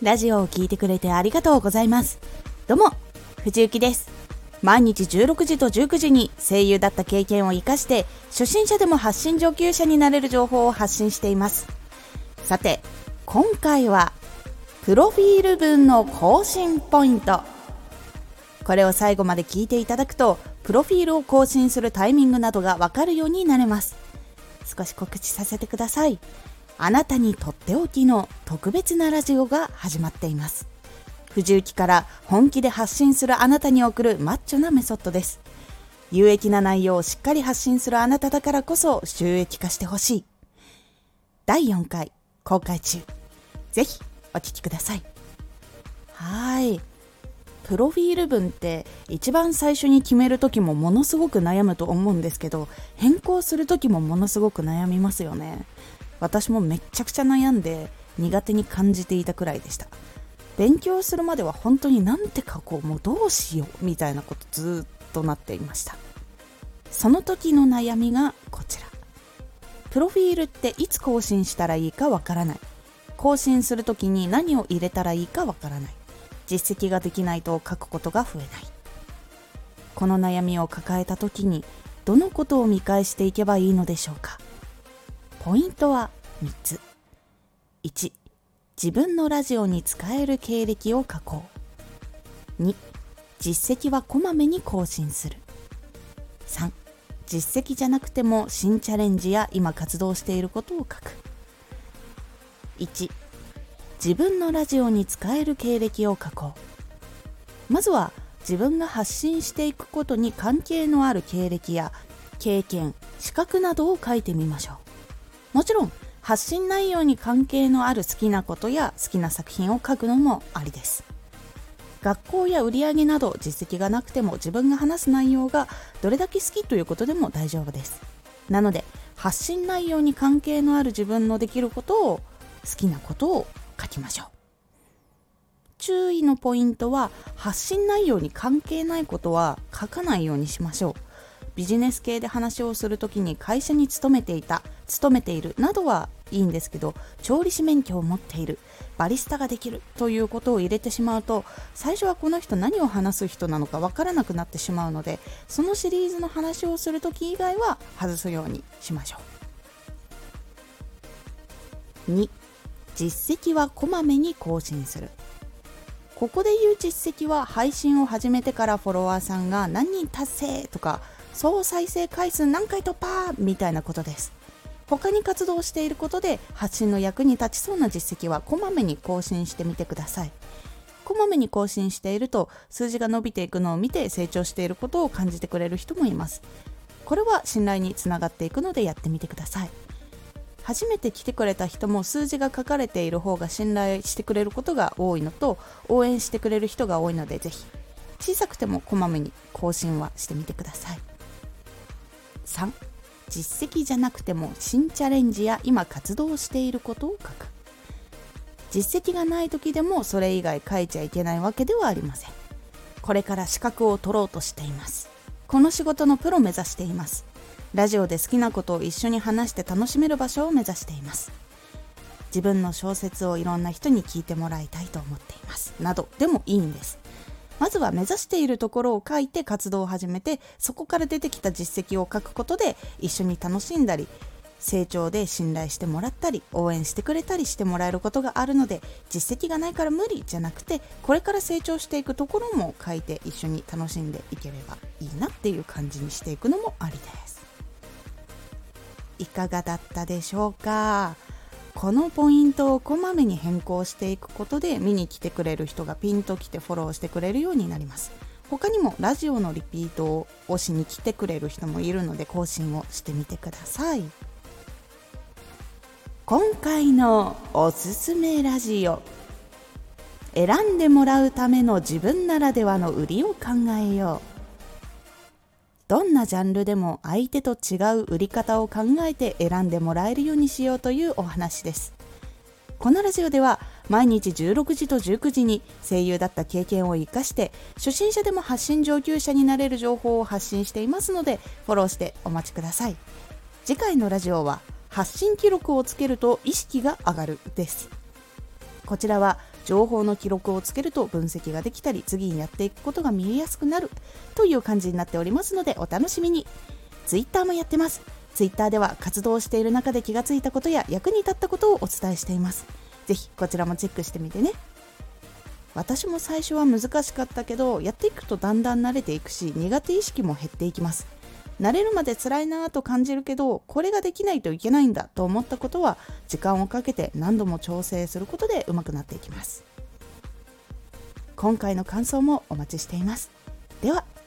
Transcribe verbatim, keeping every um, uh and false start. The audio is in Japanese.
ラジオを聞いてくれてありがとうございます。どうも藤幸です。毎日じゅうろくじとじゅうくじに声優だった経験を生かして初心者でも発信上級者になれる情報を発信しています。さて今回はプロフィール文の更新ポイント、これを最後まで聞いていただくとプロフィールを更新するタイミングなどがわかるようになれます。少し告知させてください。あなたにとっておきの特別なラジオが始まっています。藤幸から本気で発信するあなたに送るマッチョなメソッドです。有益な内容をしっかり発信するあなただからこそ収益化してほしい。だいよんかい公開中。ぜひお聞きください。はい。プロフィール文って一番最初に決めるときもものすごく悩むと思うんですけど、変更するときもものすごく悩みますよね。私もめっちゃくちゃ悩んで苦手に感じていたくらいでした。勉強するまでは本当になんて書こう、もうどうしようみたいなことずっとなっていました。その時の悩みがこちら。プロフィールっていつ更新したらいいかわからない。更新するときに何を入れたらいいかわからない。実績ができないと書くことが増えない。この悩みを抱えたときにどのことを見返していけばいいのでしょうか。ポイントはみっつ。いち、自分のラジオに使える経歴を書こう。に、実績はこまめに更新する。さん、実績じゃなくても新チャレンジや今活動していることを書く。いち、自分のラジオに使える経歴を書こう。まずは自分が発信していくことに関係のある経歴や経験、資格などを書いてみましょう。もちろん発信内容に関係のある好きなことや好きな作品を書くのもありです。学校や売り上げなど実績がなくても自分が話す内容がどれだけ好きということでも大丈夫です。なので発信内容に関係のある自分のできることを、好きなことを書きましょう。注意のポイントは発信内容に関係ないことは書かないようにしましょう。ビジネス系で話をするときに会社に勤めていた、勤めているなどはいいんですけど、調理師免許を持っている、バリスタができるということを入れてしまうと、最初はこの人何を話す人なのかわからなくなってしまうので、そのシリーズの話をするとき以外は外すようにしましょう。に、実績はこまめに更新する。ここで言う実績は配信を始めてからフォロワーさんが何人達成とか、総再生回数何回突破みたいなことです。他に活動していることで発信の役に立ちそうな実績はこまめに更新してみてください。こまめに更新していると数字が伸びていくのを見て成長していることを感じてくれる人もいます。これは信頼につながっていくのでやってみてください。初めて来てくれた人も数字が書かれている方が信頼してくれることが多いのと、応援してくれる人が多いので、ぜひ小さくてもこまめに更新はしてみてください。さん、実績じゃなくても新チャレンジや今活動していることを書く。実績がない時でもそれ以外書いちゃいけないわけではありません。これから資格を取ろうとしています。この仕事のプロを目指しています。ラジオで好きなことを一緒に話して楽しめる場所を目指しています。自分の小説をいろんな人に聞いてもらいたいと思っています。などでもいいんです。まずは目指しているところを書いて活動を始めて、そこから出てきた実績を書くことで一緒に楽しんだり、成長で信頼してもらったり応援してくれたりしてもらえることがあるので、実績がないから無理じゃなくて、これから成長していくところも書いて一緒に楽しんでいければいいなっていう感じにしていくのもありです。いかがだったでしょうか。このポイントをこまめに変更していくことで見に来てくれる人がピンと来てフォローしてくれるようになります。他にもラジオのリピートをしに来てくれる人もいるので更新をしてみてください。今回のおすすめラジオ、選んでもらうための自分ならではの売りを考えよう。どんなジャンルでも相手と違う売り方を考えて選んでもらえるようにしようというお話です。このラジオでは毎日じゅうろくじとじゅうくじに声優だった経験を生かして初心者でも発信上級者になれる情報を発信していますので、フォローしてお待ちください。次回のラジオは発信記録をつけると意識が上がるです。こちらは情報の記録をつけると分析ができたり、次にやっていくことが見えやすくなるという感じになっておりますので、お楽しみに。ツイッターもやってます。ツイッターでは活動している中で気がついたことや役に立ったことをお伝えしています。ぜひこちらもチェックしてみてね。私も最初は難しかったけど、やっていくとだんだん慣れていくし、苦手意識も減っていきます。慣れるまで辛いなぁと感じるけど、これができないといけないんだと思ったことは、時間をかけて何度も調整することで上手くなっていきます。今回の感想もお待ちしています。では。